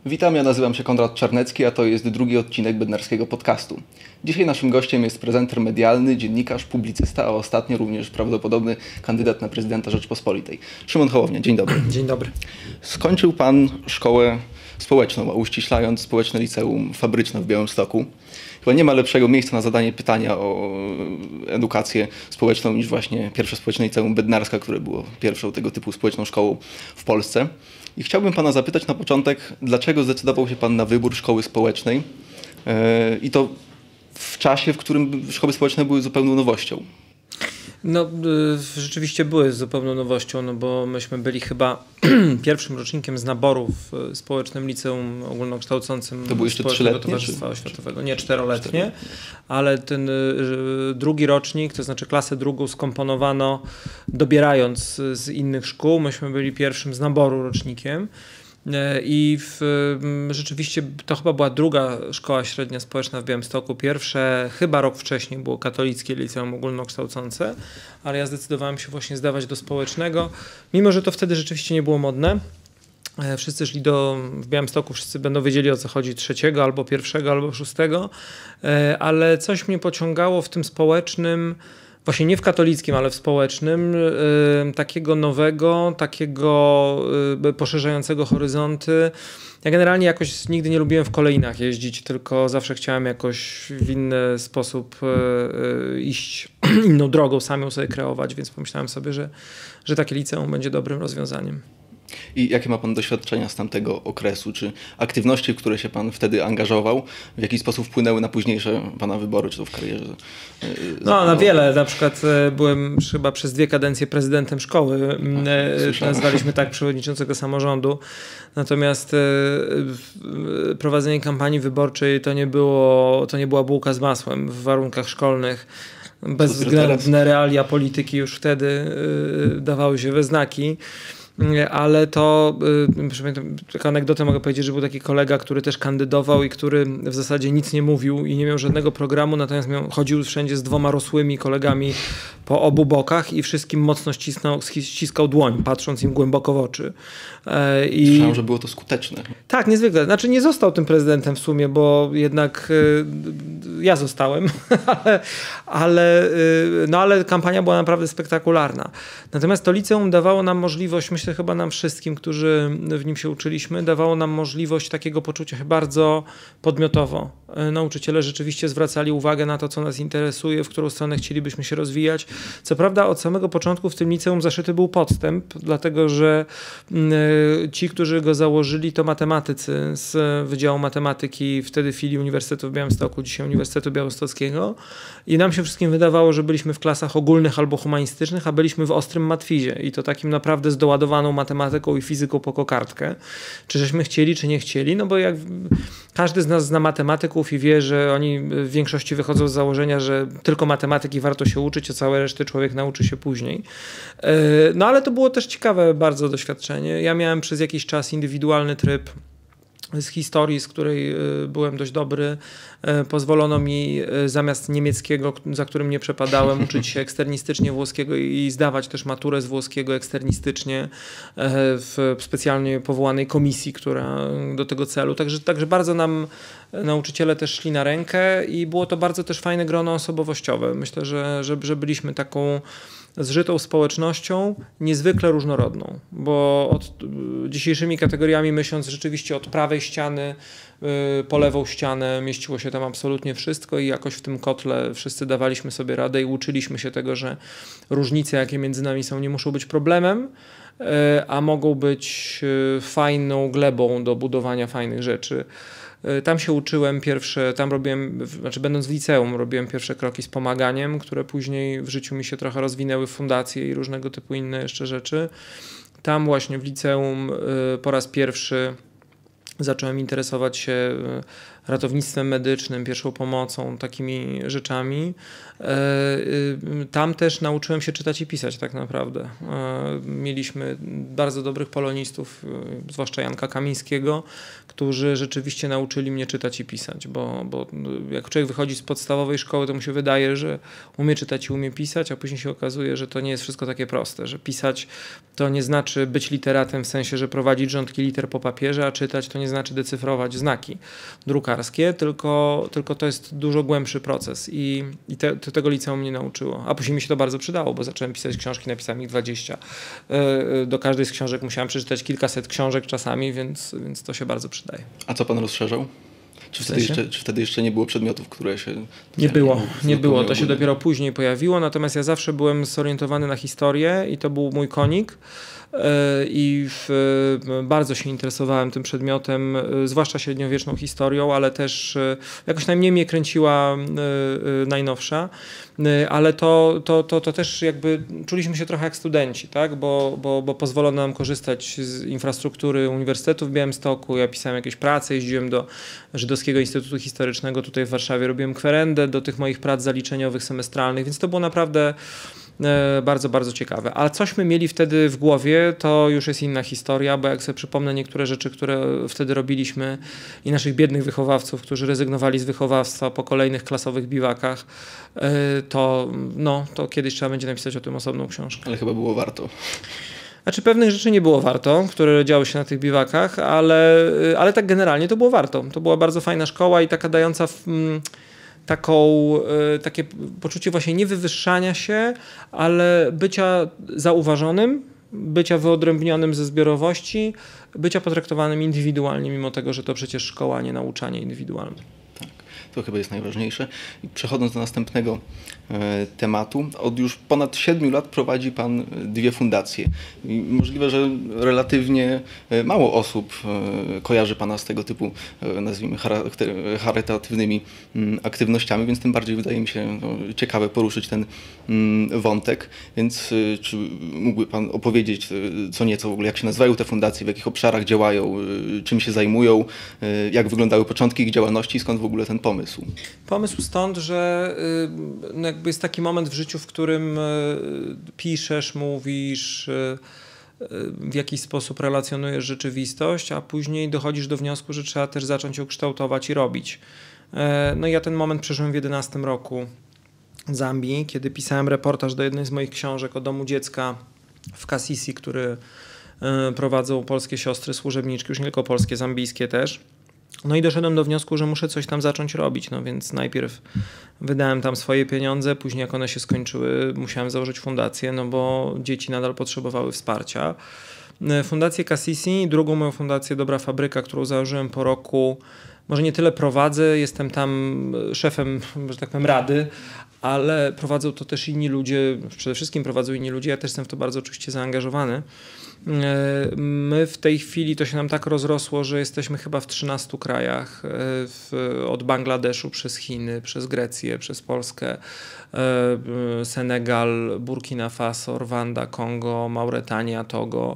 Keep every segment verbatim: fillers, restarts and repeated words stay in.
Witam, ja nazywam się Konrad Czarnecki, a to jest drugi odcinek Bednarskiego Podcastu. Dzisiaj naszym gościem jest prezenter medialny, dziennikarz, publicysta, a ostatnio również prawdopodobny kandydat na prezydenta Rzeczpospolitej. Szymon Hołownia, dzień dobry. Dzień dobry. Skończył pan szkołę społeczną, a uściślając Społeczne Liceum Fabryczne w Białymstoku. Chyba nie ma lepszego miejsca na zadanie pytania o edukację społeczną niż właśnie pierwsze Społeczne Liceum Bednarska, które było pierwszą tego typu społeczną szkołą w Polsce. I chciałbym pana zapytać na początek, dlaczego zdecydował się pan na wybór szkoły społecznej yy, i to w czasie, w którym szkoły społeczne były zupełną nowością? No y, rzeczywiście były zupełną nowością, no bo myśmy byli chyba pierwszym rocznikiem z naboru w Społecznym Liceum Ogólnokształcącym to było jeszcze Społecznego trzyletnie, Towarzystwa czy... Oświatowego. Nie, czteroletnie, ale ten y, drugi rocznik, to znaczy klasę drugą skomponowano dobierając z innych szkół. Myśmy byli pierwszym z naboru rocznikiem. I w, rzeczywiście to chyba była druga szkoła średnia społeczna w Białymstoku. Pierwsze, chyba rok wcześniej, było katolickie liceum ogólnokształcące, ale ja zdecydowałem się właśnie zdawać do społecznego, mimo że to wtedy rzeczywiście nie było modne. Wszyscy szli do, w Białymstoku, wszyscy będą wiedzieli, o co chodzi, trzeciego albo pierwszego albo szóstego, ale coś mnie pociągało w tym społecznym, właśnie nie w katolickim, ale w społecznym, y, takiego nowego, takiego y, poszerzającego horyzonty. Ja generalnie jakoś nigdy nie lubiłem w kolejnach jeździć, tylko zawsze chciałem jakoś w inny sposób y, y, iść inną drogą, sam ją sobie kreować, więc pomyślałem sobie, że, że takie liceum będzie dobrym rozwiązaniem. I jakie ma pan doświadczenia z tamtego okresu? Czy aktywności, w które się pan wtedy angażował, w jaki sposób wpłynęły na późniejsze pana wybory, czy to w karierze? No, na wiele. Na przykład byłem chyba przez dwie kadencje prezydentem szkoły. A, nazwaliśmy tak przewodniczącego samorządu. Natomiast e, prowadzenie kampanii wyborczej to nie było, to nie była bułka z masłem w warunkach szkolnych. Bezwzględne realia polityki już wtedy e, dawały się we znaki. Ale to, taką anegdotę mogę powiedzieć, że był taki kolega, który też kandydował i który w zasadzie nic nie mówił i nie miał żadnego programu, natomiast miał, chodził wszędzie z dwoma rosłymi kolegami po obu bokach i wszystkim mocno ścisnął, ściskał dłoń, patrząc im głęboko w oczy. I słyszałem, że było to skuteczne. Tak, niezwykle. Znaczy nie został tym prezydentem w sumie, bo jednak ja zostałem, ale, ale, no ale kampania była naprawdę spektakularna. Natomiast to liceum dawało nam możliwość, myślę chyba nam wszystkim, którzy w nim się uczyliśmy, dawało nam możliwość takiego poczucia bardzo podmiotowo. Nauczyciele rzeczywiście zwracali uwagę na to, co nas interesuje, w którą stronę chcielibyśmy się rozwijać. Co prawda od samego początku w tym liceum zaszyty był podstęp, dlatego że ci, którzy go założyli, to matematycy z Wydziału Matematyki, wtedy filii Uniwersytetu w Białymstoku, dzisiaj Uniwersytetu Białostockiego. I nam się wszystkim wydawało, że byliśmy w klasach ogólnych albo humanistycznych, a byliśmy w ostrym matwizie i to takim naprawdę zdoładowaną matematyką i fizyką po kokardkę. Czy żeśmy chcieli, czy nie chcieli, no bo jak każdy z nas zna matematyków i wie, że oni w większości wychodzą z założenia, że tylko matematyki warto się uczyć, a całe reszty człowiek nauczy się później. No ale to było też ciekawe bardzo doświadczenie. Ja miałem przez jakiś czas indywidualny tryb z historii, z której byłem dość dobry. Pozwolono mi zamiast niemieckiego, za którym nie przepadałem, uczyć się eksternistycznie włoskiego i zdawać też maturę z włoskiego eksternistycznie w specjalnie powołanej komisji, która do tego celu. Także, także bardzo nam nauczyciele też szli na rękę i było to bardzo też fajne grono osobowościowe. Myślę, że, że, że byliśmy taką zżytą społecznością, niezwykle różnorodną, bo od dzisiejszymi kategoriami myśląc rzeczywiście od prawej ściany po lewą ścianę mieściło się tam absolutnie wszystko i jakoś w tym kotle wszyscy dawaliśmy sobie radę i uczyliśmy się tego, że różnice, jakie między nami są, nie muszą być problemem, a mogą być fajną glebą do budowania fajnych rzeczy. Tam się uczyłem pierwsze, tam robiłem, znaczy będąc w liceum, robiłem pierwsze kroki z pomaganiem, które później w życiu mi się trochę rozwinęły w fundacje i różnego typu inne jeszcze rzeczy. Tam właśnie w liceum po raz pierwszy zacząłem interesować się ratownictwem medycznym, pierwszą pomocą, takimi rzeczami. Tam też nauczyłem się czytać i pisać tak naprawdę. Mieliśmy bardzo dobrych polonistów, zwłaszcza Janka Kamińskiego, którzy rzeczywiście nauczyli mnie czytać i pisać, bo, bo jak człowiek wychodzi z podstawowej szkoły, to mu się wydaje, że umie czytać i umie pisać, a później się okazuje, że to nie jest wszystko takie proste, że pisać to nie znaczy być literatem w sensie, że prowadzić rządki liter po papierze, a czytać to nie znaczy decyfrować znaki drukarskie, tylko, tylko to jest dużo głębszy proces i, i te, to tego liceum mnie nauczyło. A później mi się to bardzo przydało, bo zacząłem pisać książki, napisałem ich dwadzieścia. Do każdej z książek musiałem przeczytać kilkaset książek czasami, więc, więc to się bardzo przydaje. A co pan rozszerzał? Czy wtedy, jeszcze, czy wtedy jeszcze nie było przedmiotów, które się... Nie było, nie było. To się dopiero później pojawiło, natomiast ja zawsze byłem zorientowany na historię i to był mój konik. I w, bardzo się interesowałem tym przedmiotem, zwłaszcza średniowieczną historią, ale też jakoś najmniej mnie kręciła najnowsza, ale to, to, to, to też jakby czuliśmy się trochę jak studenci, tak? bo, bo, bo pozwolono nam korzystać z infrastruktury Uniwersytetu w Białymstoku, ja pisałem jakieś prace, jeździłem do Żydowskiego Instytutu Historycznego tutaj w Warszawie, robiłem kwerendę do tych moich prac zaliczeniowych, semestralnych, więc to było naprawdę bardzo, bardzo ciekawe. A cośmy mieli wtedy w głowie, to już jest inna historia, bo jak sobie przypomnę niektóre rzeczy, które wtedy robiliśmy i naszych biednych wychowawców, którzy rezygnowali z wychowawstwa po kolejnych klasowych biwakach, to, no, to kiedyś trzeba będzie napisać o tym osobną książkę. Ale chyba było warto. Znaczy pewnych rzeczy nie było warto, które działy się na tych biwakach, ale, ale tak generalnie to było warto. To była bardzo fajna szkoła i taka dająca... W, taką, takie poczucie właśnie nie wywyższania się, ale bycia zauważonym, bycia wyodrębnionym ze zbiorowości, bycia potraktowanym indywidualnie, mimo tego, że to przecież szkoła, nie nauczanie indywidualne. Tak, to chyba jest najważniejsze. I przechodząc do następnego e, tematu, od już ponad siedmiu lat prowadzi pan dwie fundacje. I możliwe, że relatywnie mało osób e, kojarzy pana z tego typu, e, nazwijmy, charakter, charytatywnymi m, aktywnościami, więc tym bardziej wydaje mi się no, ciekawe poruszyć ten m, wątek. Więc e, czy mógłby pan opowiedzieć e, co nieco w ogóle, jak się nazywają te fundacje, w jakich obszarach działają, e, czym się zajmują, e, jak wyglądały początki ich działalności i skąd w ogóle ten pomysł? Pomysł stąd, że y, jakby jest taki moment w życiu, w którym y, piszesz, mówisz, y, w jakiś sposób relacjonujesz rzeczywistość, a później dochodzisz do wniosku, że trzeba też zacząć ją kształtować i robić. Y, no i ja ten moment przeżyłem w jedenastym roku w Zambii, kiedy pisałem reportaż do jednej z moich książek o domu dziecka w Kasisi, który y, prowadzą polskie siostry służebniczki, już nie tylko polskie, zambijskie też. No i doszedłem do wniosku, że muszę coś tam zacząć robić, no więc najpierw wydałem tam swoje pieniądze, później jak one się skończyły, musiałem założyć fundację, no bo dzieci nadal potrzebowały wsparcia. Fundację Kasisi, drugą moją fundację Dobra Fabryka, którą założyłem po roku, może nie tyle prowadzę, jestem tam szefem, że tak powiem, rady, ale prowadzą to też inni ludzie, przede wszystkim prowadzą inni ludzie, ja też jestem w to bardzo oczywiście zaangażowany. My w tej chwili to się nam tak rozrosło, że jesteśmy chyba w trzynastu krajach, w, od Bangladeszu przez Chiny, przez Grecję, przez Polskę, Senegal, Burkina Faso, Rwanda, Kongo, Mauretania, Togo.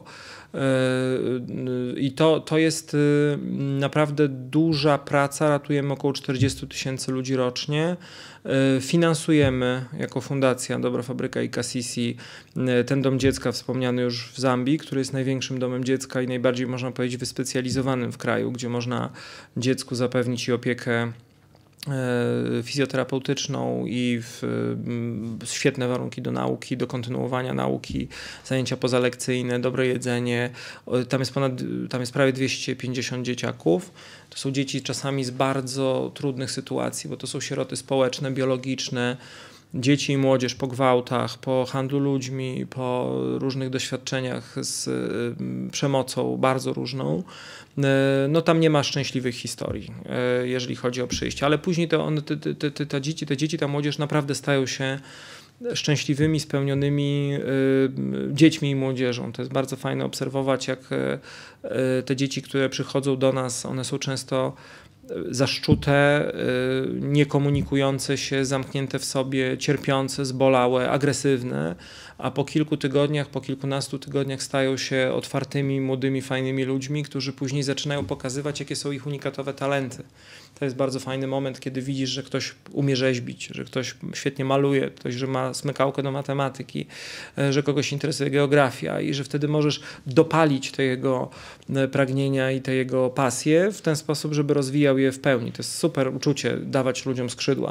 I to, to jest naprawdę duża praca, ratujemy około czterdzieści tysięcy ludzi rocznie. Finansujemy jako Fundacja Dobra Fabryka i Kasisi ten dom dziecka wspomniany już w Zambii, który jest największym domem dziecka i najbardziej, można powiedzieć, wyspecjalizowanym w kraju, gdzie można dziecku zapewnić i opiekę fizjoterapeutyczną i w, w świetne warunki do nauki, do kontynuowania nauki, zajęcia pozalekcyjne, dobre jedzenie. Tam jest ponad, tam jest prawie dwieście pięćdziesiąt dzieciaków. To są dzieci czasami z bardzo trudnych sytuacji, bo to są sieroty społeczne, biologiczne, dzieci i młodzież po gwałtach, po handlu ludźmi, po różnych doświadczeniach z przemocą bardzo różną. No tam nie ma szczęśliwych historii, jeżeli chodzi o przyjście, ale później to one, te, te, te, te, dzieci, te dzieci, ta młodzież naprawdę stają się szczęśliwymi, spełnionymi y, dziećmi i młodzieżą. To jest bardzo fajne obserwować, jak y, te dzieci, które przychodzą do nas, one są często zaszczute, niekomunikujące się, zamknięte w sobie, cierpiące, zbolałe, agresywne, a po kilku tygodniach, po kilkunastu tygodniach stają się otwartymi, młodymi, fajnymi ludźmi, którzy później zaczynają pokazywać, jakie są ich unikatowe talenty. To jest bardzo fajny moment, kiedy widzisz, że ktoś umie rzeźbić, że ktoś świetnie maluje, ktoś, że ma smykałkę do matematyki, że kogoś interesuje geografia i że wtedy możesz dopalić te jego pragnienia i te jego pasje w ten sposób, żeby rozwijał je w pełni. To jest super uczucie, dawać ludziom skrzydła.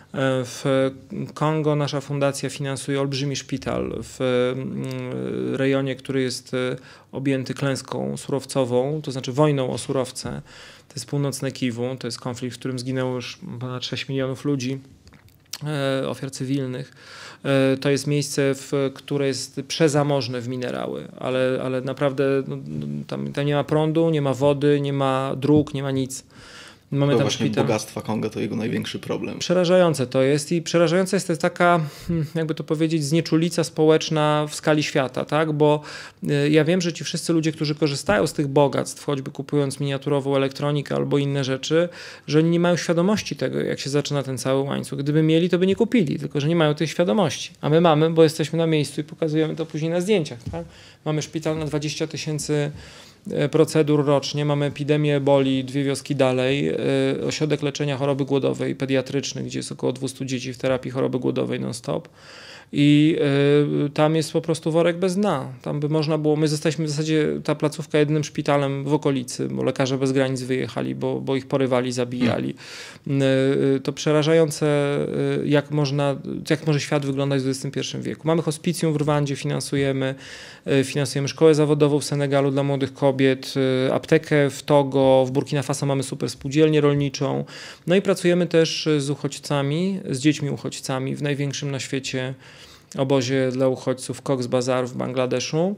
W Kongo nasza fundacja finansuje olbrzymi szpital w rejonie, który jest objęty klęską surowcową, to znaczy wojną o surowce. To jest północne Kiwu, to jest konflikt, w którym zginęło już ponad sześć milionów ludzi, ofiar cywilnych. To jest miejsce, w, które jest przezamożne w minerały, ale, ale naprawdę no, tam, tam nie ma prądu, nie ma wody, nie ma dróg, nie ma nic. Mamy to tam właśnie szpital. Bogactwa Konga to jego największy problem. Przerażające to jest i przerażająca jest też taka, jakby to powiedzieć, znieczulica społeczna w skali świata, tak? Bo ja wiem, że ci wszyscy ludzie, którzy korzystają z tych bogactw, choćby kupując miniaturową elektronikę albo inne rzeczy, że oni nie mają świadomości tego, jak się zaczyna ten cały łańcuch. Gdyby mieli, to by nie kupili, tylko że nie mają tej świadomości. A my mamy, bo jesteśmy na miejscu i pokazujemy to później na zdjęciach, tak? Mamy szpital na dwadzieścia tysięcy procedur rocznie, mamy epidemię eboli dwie wioski dalej, ośrodek leczenia choroby głodowej pediatryczny, gdzie jest około dwieście dzieci w terapii choroby głodowej non-stop i y, tam jest po prostu worek bez dna. Tam by można było, my zostaliśmy w zasadzie ta placówka jedynym szpitalem w okolicy, bo lekarze bez granic wyjechali, bo, bo ich porywali, zabijali. Hmm. Y, to przerażające, y, jak można, jak może świat wyglądać w dwudziestym pierwszym wieku. Mamy hospicjum w Rwandzie, finansujemy, y, finansujemy szkołę zawodową w Senegalu dla młodych kobiet, y, aptekę w Togo, w Burkina Faso mamy super spółdzielnię rolniczą. No i pracujemy też z uchodźcami, z dziećmi uchodźcami w największym na świecie obozie dla uchodźców Cox's Bazar w Bangladeszu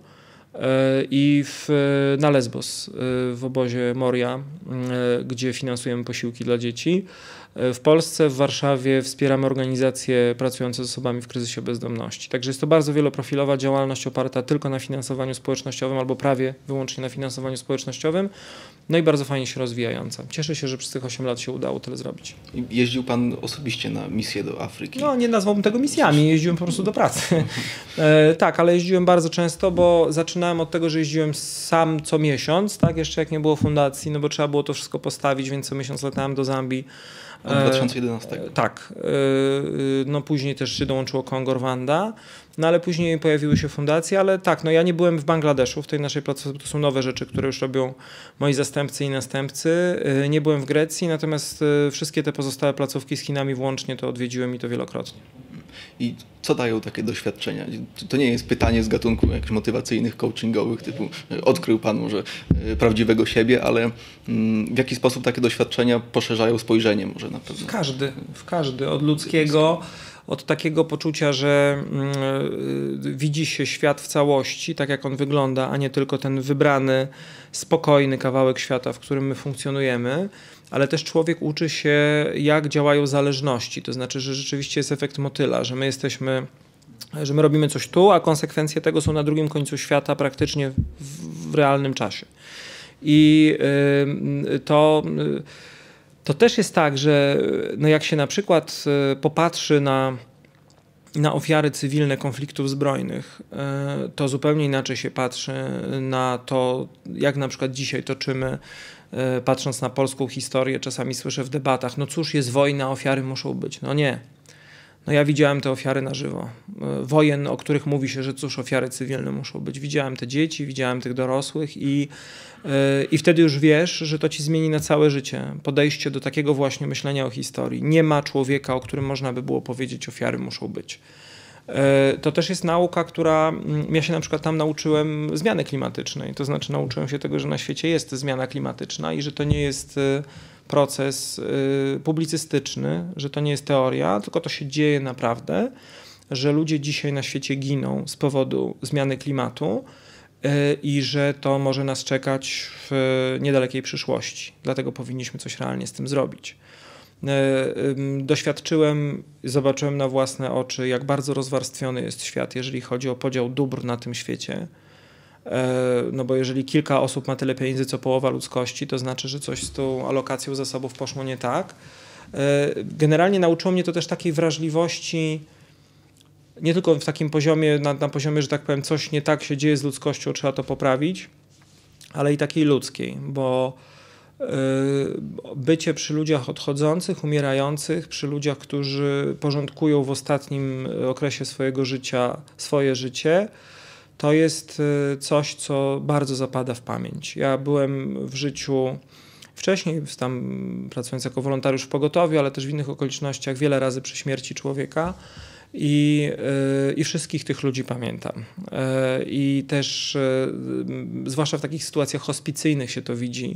i w, na Lesbos w obozie Moria, gdzie finansujemy posiłki dla dzieci. W Polsce, w Warszawie wspieramy organizacje pracujące z osobami w kryzysie bezdomności. Także jest to bardzo wieloprofilowa działalność oparta tylko na finansowaniu społecznościowym albo prawie wyłącznie na finansowaniu społecznościowym. No i bardzo fajnie się rozwijająca. Cieszę się, że przez tych osiem lat się udało tyle zrobić. Jeździł pan osobiście na misję do Afryki? No nie nazwałbym tego misjami, jeździłem po prostu do pracy. e, tak, ale jeździłem bardzo często, bo zaczynałem od tego, że jeździłem sam co miesiąc, tak, jeszcze jak nie było fundacji, no bo trzeba było to wszystko postawić, więc co miesiąc latałem do Zambii. Od dwa tysiące jedenastego. E, tak. E, no później też się dołączyło Kongo, Rwanda, no ale później pojawiły się fundacje, ale tak, no ja nie byłem w Bangladeszu, w tej naszej placówce, to są nowe rzeczy, które już robią moi zastępcy i następcy. E, nie byłem w Grecji, natomiast e, wszystkie te pozostałe placówki z Chinami włącznie to odwiedziłem i to wielokrotnie. I co dają takie doświadczenia? To nie jest pytanie z gatunku jakichś motywacyjnych, coachingowych, typu odkrył pan może prawdziwego siebie, ale w jaki sposób takie doświadczenia poszerzają spojrzenie może na pewno? W każdy, w każdy, od ludzkiego, od takiego poczucia, że y, widzi się świat w całości, tak jak on wygląda, a nie tylko ten wybrany, spokojny kawałek świata, w którym my funkcjonujemy, ale też człowiek uczy się, jak działają zależności. To znaczy, że rzeczywiście jest efekt motyla, że my jesteśmy, że my robimy coś tu, a konsekwencje tego są na drugim końcu świata praktycznie w, w realnym czasie. I y, to... Y, To też jest tak, że no jak się na przykład popatrzy na, na ofiary cywilne konfliktów zbrojnych, to zupełnie inaczej się patrzy na to, jak na przykład dzisiaj toczymy, patrząc na polską historię, czasami słyszę w debatach, no cóż, jest wojna, ofiary muszą być. No nie. No ja widziałem te ofiary na żywo. Wojen, o których mówi się, że cóż, ofiary cywilne muszą być. Widziałem te dzieci, widziałem tych dorosłych i, yy, i wtedy już wiesz, że to ci zmieni na całe życie. Podejście do takiego właśnie myślenia o historii. Nie ma człowieka, o którym można by było powiedzieć, ofiary muszą być. Yy, to też jest nauka, która... Ja się na przykład tam nauczyłem zmiany klimatycznej. To znaczy nauczyłem się tego, że na świecie jest zmiana klimatyczna i że to nie jest... Yy, proces y, publicystyczny, że to nie jest teoria, tylko to się dzieje naprawdę, że ludzie dzisiaj na świecie giną z powodu zmiany klimatu y, i że to może nas czekać w y, niedalekiej przyszłości. Dlatego powinniśmy coś realnie z tym zrobić. Y, y, doświadczyłem, zobaczyłem na własne oczy, jak bardzo rozwarstwiony jest świat, jeżeli chodzi o podział dóbr na tym świecie. No bo jeżeli kilka osób ma tyle pieniędzy, co połowa ludzkości, to znaczy, że coś z tą alokacją zasobów poszło nie tak. Generalnie nauczyło mnie to też takiej wrażliwości, nie tylko w takim poziomie, na, na poziomie, że tak powiem, coś nie tak się dzieje z ludzkością, trzeba to poprawić, ale i takiej ludzkiej, bo yy, bycie przy ludziach odchodzących, umierających, przy ludziach, którzy porządkują w ostatnim okresie swojego życia swoje życie, to jest coś, co bardzo zapada w pamięć. Ja byłem w życiu wcześniej, tam pracując jako wolontariusz w pogotowiu, ale też w innych okolicznościach wiele razy przy śmierci człowieka i, yy, i wszystkich tych ludzi pamiętam. Yy, I też yy, zwłaszcza w takich sytuacjach hospicyjnych się to widzi,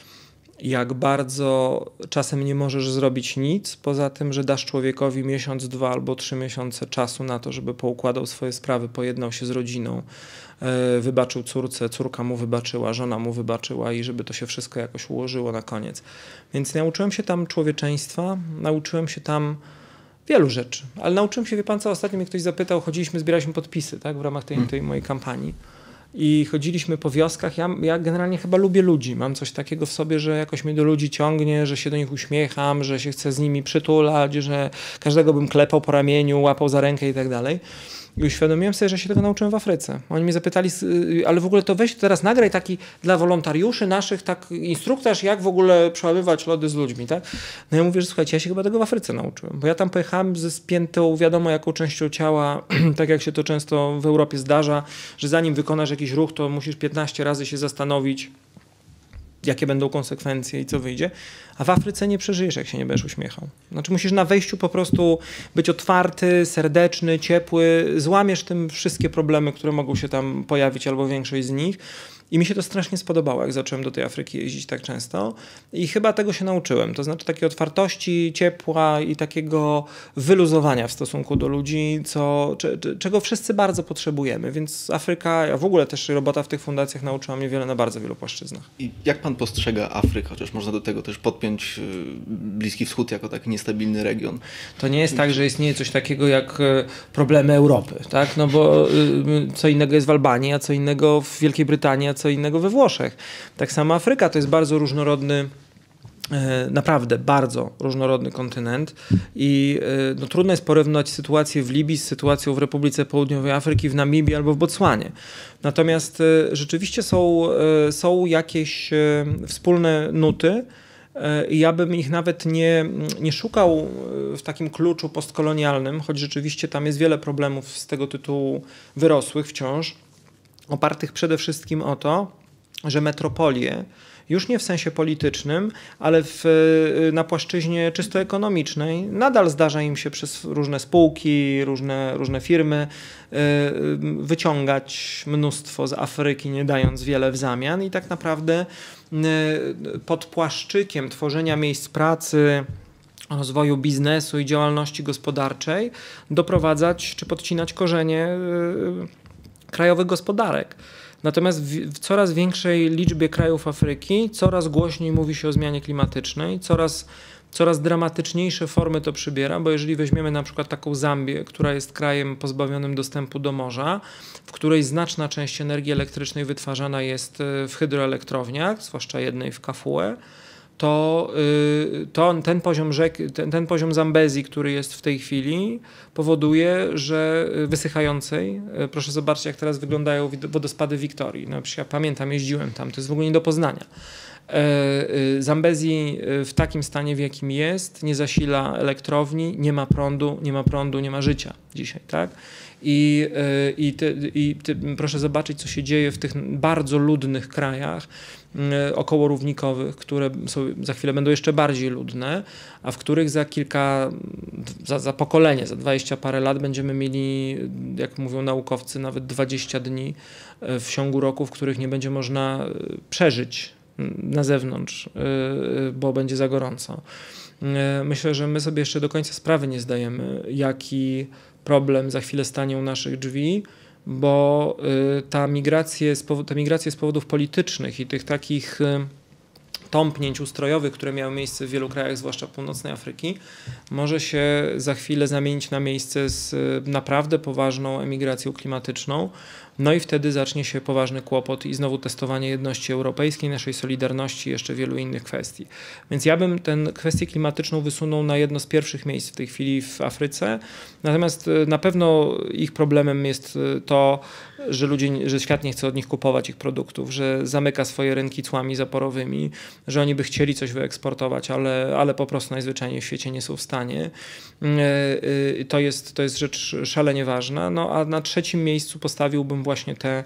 jak bardzo czasem nie możesz zrobić nic, poza tym, że dasz człowiekowi miesiąc, dwa albo trzy miesiące czasu na to, żeby poukładał swoje sprawy, pojednał się z rodziną, wybaczył córce, córka mu wybaczyła, żona mu wybaczyła i żeby to się wszystko jakoś ułożyło na koniec. Więc nauczyłem się tam człowieczeństwa, nauczyłem się tam wielu rzeczy, ale nauczyłem się, wie pan co, ostatnio mnie ktoś zapytał, chodziliśmy, zbieraliśmy podpisy, tak, w ramach tej, tej mojej kampanii. I chodziliśmy po wioskach. Ja, ja generalnie chyba lubię ludzi. Mam coś takiego w sobie, że jakoś mnie do ludzi ciągnie, że się do nich uśmiecham, że się chcę z nimi przytulać, że każdego bym klepał po ramieniu, łapał za rękę i tak dalej. I uświadomiłem sobie, że się tego nauczyłem w Afryce. Oni mnie zapytali, ale w ogóle to weź teraz nagraj taki dla wolontariuszy naszych tak instruktaż, jak w ogóle przełamywać lody z ludźmi, tak? No ja mówię, że słuchajcie, ja się chyba tego w Afryce nauczyłem, bo ja tam pojechałem ze spiętą, wiadomo jaką częścią ciała, tak jak się to często w Europie zdarza, że zanim wykonasz jakiś ruch, to musisz piętnaście razy się zastanowić, jakie będą konsekwencje i co wyjdzie, a w Afryce nie przeżyjesz, jak się nie będziesz uśmiechał. Znaczy musisz na wejściu po prostu być otwarty, serdeczny, ciepły, złamiesz tym wszystkie problemy, które mogą się tam pojawić, albo większość z nich. I mi się to strasznie spodobało, jak zacząłem do tej Afryki jeździć tak często. I chyba tego się nauczyłem. To znaczy takiej otwartości, ciepła i takiego wyluzowania w stosunku do ludzi, co, czego wszyscy bardzo potrzebujemy. Więc Afryka, a w ogóle też robota w tych fundacjach nauczyła mnie wiele na bardzo wielu płaszczyznach. I jak pan postrzega Afrykę? Chociaż można do tego też podpiąć Bliski Wschód jako taki niestabilny region. To nie jest tak, że istnieje coś takiego jak problemy Europy, tak? No bo co innego jest w Albanii, a co innego w Wielkiej Brytanii, a co innego we Włoszech. Tak samo Afryka to jest bardzo różnorodny, naprawdę bardzo różnorodny kontynent i no, trudno jest porównać sytuację w Libii z sytuacją w Republice Południowej Afryki, w Namibii albo w Botswanie. Natomiast rzeczywiście są, są jakieś wspólne nuty i ja bym ich nawet nie, nie szukał w takim kluczu postkolonialnym, choć rzeczywiście tam jest wiele problemów z tego tytułu wyrosłych wciąż, opartych przede wszystkim o to, że metropolie, już nie w sensie politycznym, ale w, na płaszczyźnie czysto ekonomicznej, nadal zdarza im się przez różne spółki, różne, różne firmy wyciągać mnóstwo z Afryki, nie dając wiele w zamian i tak naprawdę pod płaszczykiem tworzenia miejsc pracy, rozwoju biznesu i działalności gospodarczej doprowadzać czy podcinać korzenie krajowych gospodarek. Natomiast w coraz większej liczbie krajów Afryki coraz głośniej mówi się o zmianie klimatycznej, coraz, coraz dramatyczniejsze formy to przybiera, bo jeżeli weźmiemy na przykład taką Zambię, która jest krajem pozbawionym dostępu do morza, w której znaczna część energii elektrycznej wytwarzana jest w hydroelektrowniach, zwłaszcza jednej w Kafue, to, to ten poziom rzek, ten, ten poziom Zambezji, który jest w tej chwili, powoduje, że wysychającej, proszę zobaczyć, jak teraz wyglądają wodospady Wiktorii. No, ja pamiętam, jeździłem tam, to jest w ogóle nie do poznania. Zambezji w takim stanie, w jakim jest, nie zasila elektrowni, nie ma prądu, nie ma prądu, nie ma życia dzisiaj, tak? I, i, ty, i ty, proszę zobaczyć, co się dzieje w tych bardzo ludnych krajach okołorównikowych, które są, za chwilę będą jeszcze bardziej ludne, a w których za kilka, za, za pokolenie, za dwadzieścia parę lat będziemy mieli, jak mówią naukowcy, nawet dwadzieścia dni w ciągu roku, w których nie będzie można przeżyć na zewnątrz, bo będzie za gorąco. Myślę, że my sobie jeszcze do końca sprawy nie zdajemy, jaki problem za chwilę stanie u naszych drzwi, bo ta migracja z powodu, ta migracja z powodów politycznych i tych takich tąpnięć ustrojowych, które miały miejsce w wielu krajach, zwłaszcza północnej Afryki, może się za chwilę zamienić na miejsce z naprawdę poważną emigracją klimatyczną, No i wtedy zacznie się poważny kłopot i znowu testowanie jedności europejskiej, naszej solidarności i jeszcze wielu innych kwestii. Więc ja bym tę kwestię klimatyczną wysunął na jedno z pierwszych miejsc w tej chwili w Afryce. Natomiast na pewno ich problemem jest to, że ludzie, że świat nie chce od nich kupować ich produktów, że zamyka swoje rynki cłami zaporowymi, że oni by chcieli coś wyeksportować, ale, ale po prostu najzwyczajniej w świecie nie są w stanie. To jest, to jest rzecz szalenie ważna. No a na trzecim miejscu postawiłbym właśnie te,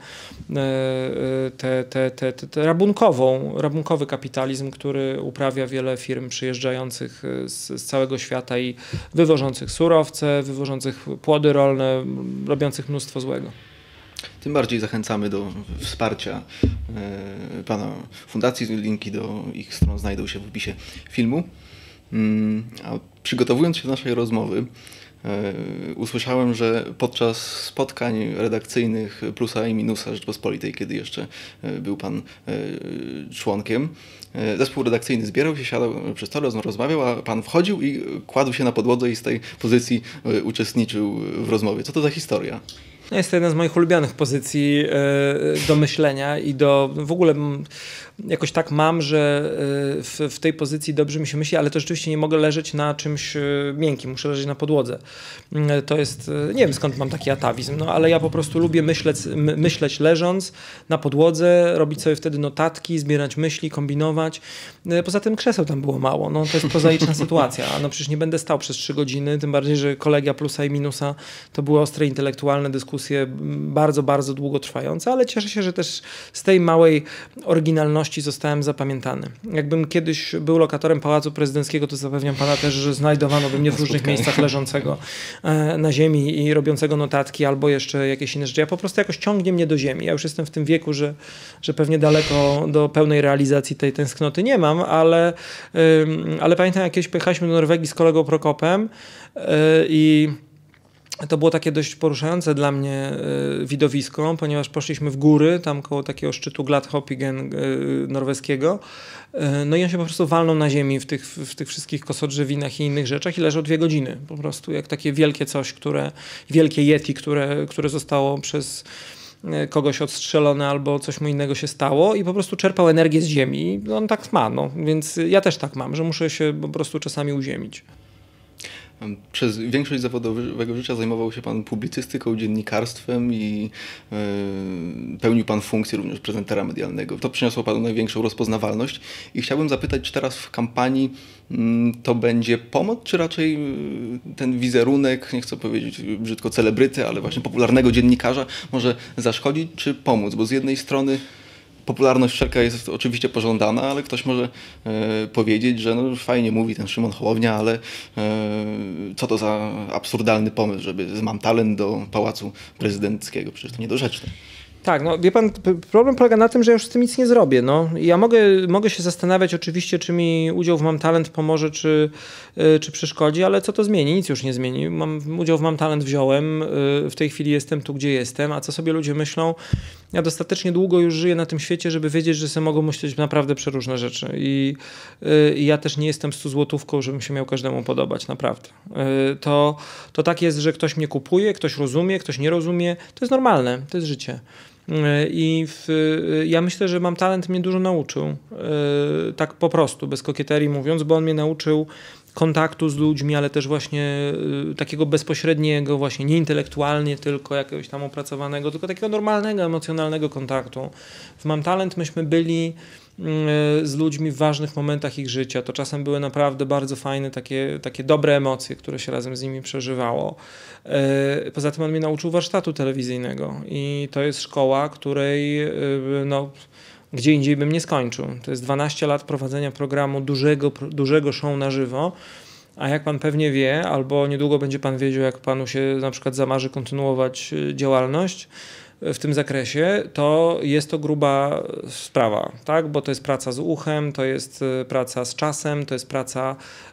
te, te, te, te, te rabunkową, rabunkowy kapitalizm, który uprawia wiele firm przyjeżdżających z, z całego świata i wywożących surowce, wywożących płody rolne, robiących mnóstwo złego. Tym bardziej zachęcamy do wsparcia e, pana fundacji. Linki do ich stron znajdą się w opisie filmu. Mm, a przygotowując się do naszej rozmowy, e, usłyszałem, że podczas spotkań redakcyjnych Plusa i Minusa Rzeczpospolitej, kiedy jeszcze e, był pan e, członkiem, e, zespół redakcyjny zbierał się, siadał przy stole, rozmawiał, a pan wchodził i kładł się na podłodze i z tej pozycji e, uczestniczył w rozmowie. Co to za historia? Jest to jedna z moich ulubionych pozycji do myślenia i do w ogóle jakoś tak mam, że w, w tej pozycji dobrze mi się myśli, ale to rzeczywiście nie mogę leżeć na czymś miękkim, muszę leżeć na podłodze. To jest, nie wiem skąd mam taki atawizm, no ale ja po prostu lubię myśleć, myśleć leżąc na podłodze, robić sobie wtedy notatki, zbierać myśli, kombinować. Poza tym krzeseł tam było mało, no to jest prozaiczna sytuacja, no przecież nie będę stał przez trzy godziny, tym bardziej, że kolegia Plusa i Minusa to były ostre intelektualne dyskusje, bardzo, bardzo długo trwające, ale cieszę się, że też z tej małej oryginalności zostałem zapamiętany. Jakbym kiedyś był lokatorem Pałacu Prezydenckiego, to zapewniam pana też, że znajdowano by mnie w różnych miejscach leżącego na ziemi i robiącego notatki albo jeszcze jakieś inne rzeczy. Ja po prostu jakoś ciągnie mnie do ziemi. Ja już jestem w tym wieku, że, że pewnie daleko do pełnej realizacji tej tęsknoty nie mam, ale, ale pamiętam, jak kiedyś pojechaliśmy do Norwegii z kolegą Prokopem i to było takie dość poruszające dla mnie y, widowisko, ponieważ poszliśmy w góry, tam koło takiego szczytu Gladhoppigen y, norweskiego. Y, no i on się po prostu walnął na ziemi w tych, w tych wszystkich kosodrzewinach i innych rzeczach i leżał dwie godziny. Po prostu jak takie wielkie coś, które, wielkie yeti, które, które zostało przez kogoś odstrzelone albo coś mu innego się stało i po prostu czerpał energię z ziemi. On tak ma, no. Więc ja też tak mam, że muszę się po prostu czasami uziemić. Przez większość zawodowego życia zajmował się pan publicystyką, dziennikarstwem i yy, pełnił pan funkcję również prezentera medialnego. To przyniosło panu największą rozpoznawalność i chciałbym zapytać, czy teraz w kampanii yy, to będzie pomoc, czy raczej yy, ten wizerunek, nie chcę powiedzieć brzydko celebryty, ale właśnie popularnego dziennikarza może zaszkodzić, czy pomóc? Bo z jednej strony popularność wszelka jest oczywiście pożądana, ale ktoś może e, powiedzieć, że no, fajnie mówi ten Szymon Hołownia, ale e, co to za absurdalny pomysł, żeby z Mam Talent do Pałacu Prezydenckiego. Przecież to niedorzeczne. Tak, no wie pan, problem polega na tym, że ja już z tym nic nie zrobię. No. Ja mogę, mogę się zastanawiać oczywiście, czy mi udział w Mam Talent pomoże, czy, yy, czy przeszkodzi, ale co to zmieni? Nic już nie zmieni. Mam, udział w Mam Talent wziąłem, yy, w tej chwili jestem tu, gdzie jestem, a co sobie ludzie myślą? Ja dostatecznie długo już żyję na tym świecie, żeby wiedzieć, że sobie mogą myśleć naprawdę przeróżne rzeczy. I, yy, i ja też nie jestem stu złotówką, żebym się miał każdemu podobać, naprawdę. Yy, to, to tak jest, że ktoś mnie kupuje, ktoś rozumie, ktoś nie rozumie. To jest normalne, to jest życie. I w, ja myślę, że Mam Talent mnie dużo nauczył, tak po prostu, bez kokieterii mówiąc, bo on mnie nauczył kontaktu z ludźmi, ale też właśnie takiego bezpośredniego, właśnie nie intelektualnie tylko jakiegoś tam opracowanego, tylko takiego normalnego, emocjonalnego kontaktu. W Mam Talent myśmy byli z ludźmi w ważnych momentach ich życia. To czasem były naprawdę bardzo fajne, takie, takie dobre emocje, które się razem z nimi przeżywało. Poza tym on mnie nauczył warsztatu telewizyjnego i to jest szkoła, której no, gdzie indziej bym nie skończył. To jest dwanaście lat prowadzenia programu dużego, dużego show na żywo, a jak pan pewnie wie, albo niedługo będzie pan wiedział, jak panu się na przykład zamarzy kontynuować działalność w tym zakresie, to jest to gruba sprawa, tak? Bo to jest praca z uchem, to jest praca z czasem, to jest praca,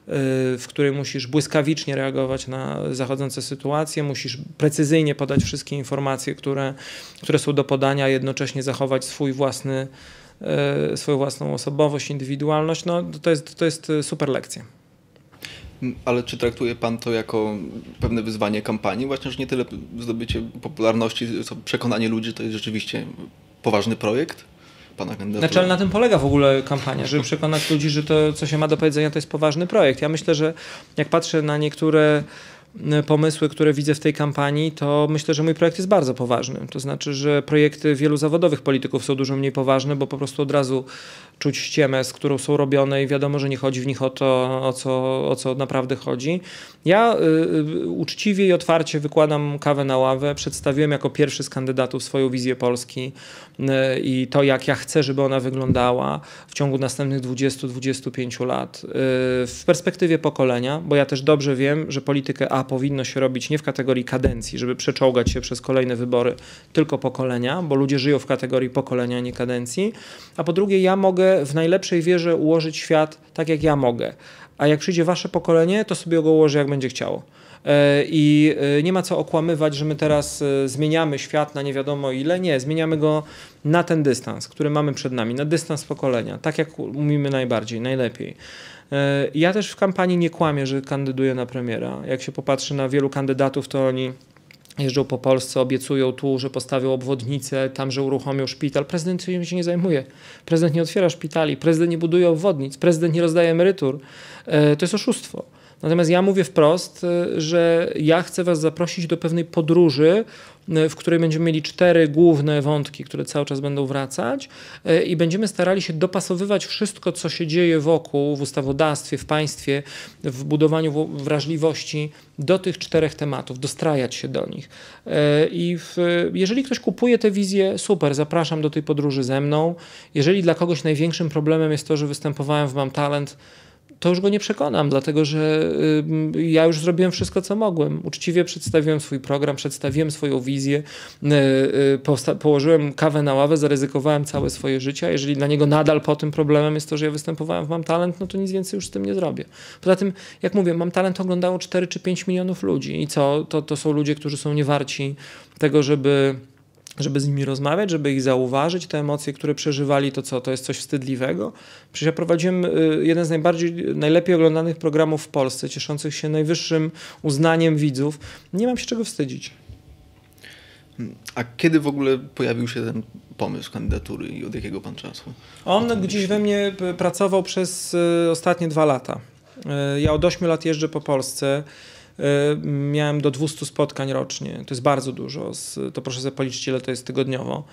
w której musisz błyskawicznie reagować na zachodzące sytuacje, musisz precyzyjnie podać wszystkie informacje, które, które są do podania, a jednocześnie zachować swój własny, swoją własną osobowość, indywidualność. No, to jest, to jest super lekcja. Ale czy traktuje pan to jako pewne wyzwanie kampanii? Właśnie, że nie tyle zdobycie popularności, co przekonanie ludzi, to jest rzeczywiście poważny projekt pana kandydatury? Znaczy, ale na tym polega w ogóle kampania, żeby przekonać ludzi, że to, co się ma do powiedzenia, to jest poważny projekt. Ja myślę, że jak patrzę na niektóre pomysły, które widzę w tej kampanii, to myślę, że mój projekt jest bardzo poważny. To znaczy, że projekty wielu zawodowych polityków są dużo mniej poważne, bo po prostu od razu czuć ściemę, z którą są robione i wiadomo, że nie chodzi w nich o to, o co, o co naprawdę chodzi. Ja y, uczciwie i otwarcie wykładam kawę na ławę. Przedstawiłem jako pierwszy z kandydatów swoją wizję Polski y, i to, jak ja chcę, żeby ona wyglądała w ciągu następnych dwudziestu do dwudziestu pięciu lat. Y, w perspektywie pokolenia, bo ja też dobrze wiem, że politykę A powinno się robić nie w kategorii kadencji, żeby przeczołgać się przez kolejne wybory, tylko pokolenia, bo ludzie żyją w kategorii pokolenia, a nie kadencji. A po drugie, ja mogę w najlepszej wierze ułożyć świat tak, jak ja mogę. A jak przyjdzie wasze pokolenie, to sobie go ułoży, jak będzie chciało. I nie ma co okłamywać, że my teraz zmieniamy świat na nie wiadomo ile. Nie, zmieniamy go na ten dystans, który mamy przed nami, na dystans pokolenia, tak jak umimy najbardziej, najlepiej. Ja też w kampanii nie kłamię, że kandyduję na premiera. Jak się popatrzy na wielu kandydatów, to oni jeżdżą po Polsce, obiecują tu, że postawią obwodnicę, tam, że uruchomią szpital. Prezydent tym się nie zajmuje. Prezydent nie otwiera szpitali, prezydent nie buduje obwodnic, prezydent nie rozdaje emerytur. To jest oszustwo. Natomiast ja mówię wprost, że ja chcę was zaprosić do pewnej podróży, w której będziemy mieli cztery główne wątki, które cały czas będą wracać i będziemy starali się dopasowywać wszystko, co się dzieje wokół, w ustawodawstwie, w państwie, w budowaniu wrażliwości do tych czterech tematów, dostrajać się do nich. I w, jeżeli ktoś kupuje tę wizję, super, zapraszam do tej podróży ze mną. Jeżeli dla kogoś największym problemem jest to, że występowałem w Mam Talent, to już go nie przekonam, dlatego że y, ja już zrobiłem wszystko, co mogłem. Uczciwie przedstawiłem swój program, przedstawiłem swoją wizję, y, y, położyłem kawę na ławę, zaryzykowałem całe swoje życie. Jeżeli dla niego nadal po tym problemem jest to, że ja występowałem w Mam Talent, no to nic więcej już z tym nie zrobię. Poza tym, jak mówię, Mam Talent oglądało cztery czy pięć milionów ludzi i co? To, to są ludzie, którzy są niewarci tego, żeby... żeby z nimi rozmawiać, żeby ich zauważyć, te emocje, które przeżywali, to co, to jest coś wstydliwego? Przecież ja prowadziłem jeden z najbardziej, najlepiej oglądanych programów w Polsce, cieszących się najwyższym uznaniem widzów. Nie mam się czego wstydzić. A kiedy w ogóle pojawił się ten pomysł kandydatury i od jakiego pan czasu? On gdzieś we mnie pracował przez ostatnie dwa lata. Ja od ośmiu lat jeżdżę po Polsce. Miałem do dwustu spotkań rocznie. To jest bardzo dużo. To proszę sobie policzyć, ile to jest tygodniowo.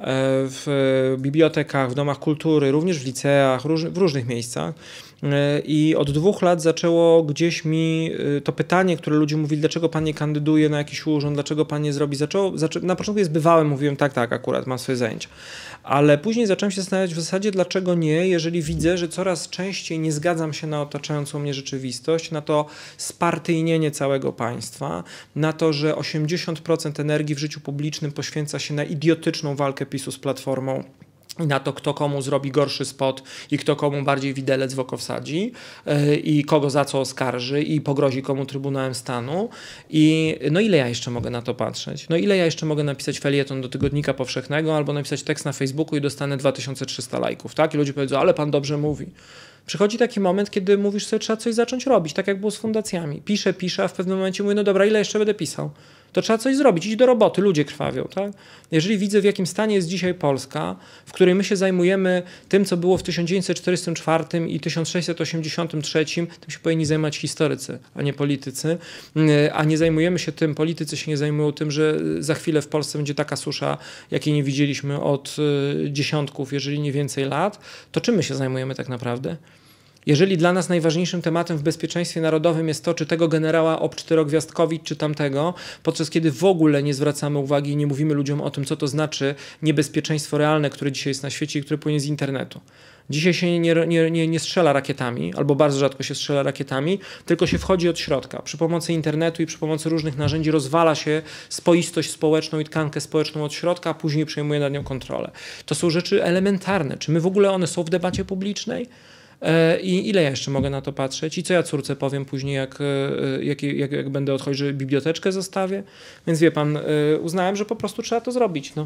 W bibliotekach, w domach kultury, również w liceach, w różnych miejscach. I od dwóch lat zaczęło gdzieś mi to pytanie, które ludzie mówili, dlaczego pan nie kandyduje na jakiś urząd, dlaczego pan nie zrobi. Zaczęło, zaczę... Na początku jest bywałem, mówiłem tak, tak, akurat mam swoje zajęcia. Ale później zacząłem się zastanawiać w zasadzie, dlaczego nie, jeżeli widzę, że coraz częściej nie zgadzam się na otaczającą mnie rzeczywistość, na to spartyjnienie całego państwa, na to, że osiemdziesiąt procent energii w życiu publicznym poświęca się na idiotyczną walkę PiSu z Platformą, i na to, kto komu zrobi gorszy spot i kto komu bardziej widelec w oko wsadzi yy, i kogo za co oskarży i pogrozi komu Trybunałem Stanu. I no ile ja jeszcze mogę na to patrzeć? No ile ja jeszcze mogę napisać felieton do Tygodnika Powszechnego albo napisać tekst na Facebooku i dostanę dwa tysiące trzysta lajków, tak? I ludzie powiedzą, ale pan dobrze mówi. Przychodzi taki moment, kiedy mówisz sobie, trzeba coś zacząć robić, tak jak było z fundacjami. Piszę, piszę, a w pewnym momencie mówię, no dobra, ile jeszcze będę pisał? To trzeba coś zrobić, iść do roboty, ludzie krwawią, tak? Jeżeli widzę, w jakim stanie jest dzisiaj Polska, w której my się zajmujemy tym, co było w tysiąc dziewięćset czterdziestym czwartym i tysiąc sześćset osiemdziesiątym trzecim, tym się powinni zajmować historycy, a nie politycy, a nie zajmujemy się tym, politycy się nie zajmują tym, że za chwilę w Polsce będzie taka susza, jakiej nie widzieliśmy od dziesiątków, jeżeli nie więcej lat, to czym my się zajmujemy tak naprawdę? Jeżeli dla nas najważniejszym tematem w bezpieczeństwie narodowym jest to, czy tego generała ob czterogwiazdkowi, czy tamtego, podczas kiedy w ogóle nie zwracamy uwagi i nie mówimy ludziom o tym, co to znaczy niebezpieczeństwo realne, które dzisiaj jest na świecie i które płynie z internetu. Dzisiaj się nie, nie, nie, nie strzela rakietami, albo bardzo rzadko się strzela rakietami, tylko się wchodzi od środka. Przy pomocy internetu i przy pomocy różnych narzędzi rozwala się spoistość społeczną i tkankę społeczną od środka, a później przejmuje nad nią kontrolę. To są rzeczy elementarne. Czy my w ogóle one są w debacie publicznej? I ile ja jeszcze mogę na to patrzeć? I co ja córce powiem później, jak, jak, jak, jak będę odchodzić, że biblioteczkę zostawię? Więc wie pan, uznałem, że po prostu trzeba to zrobić. No.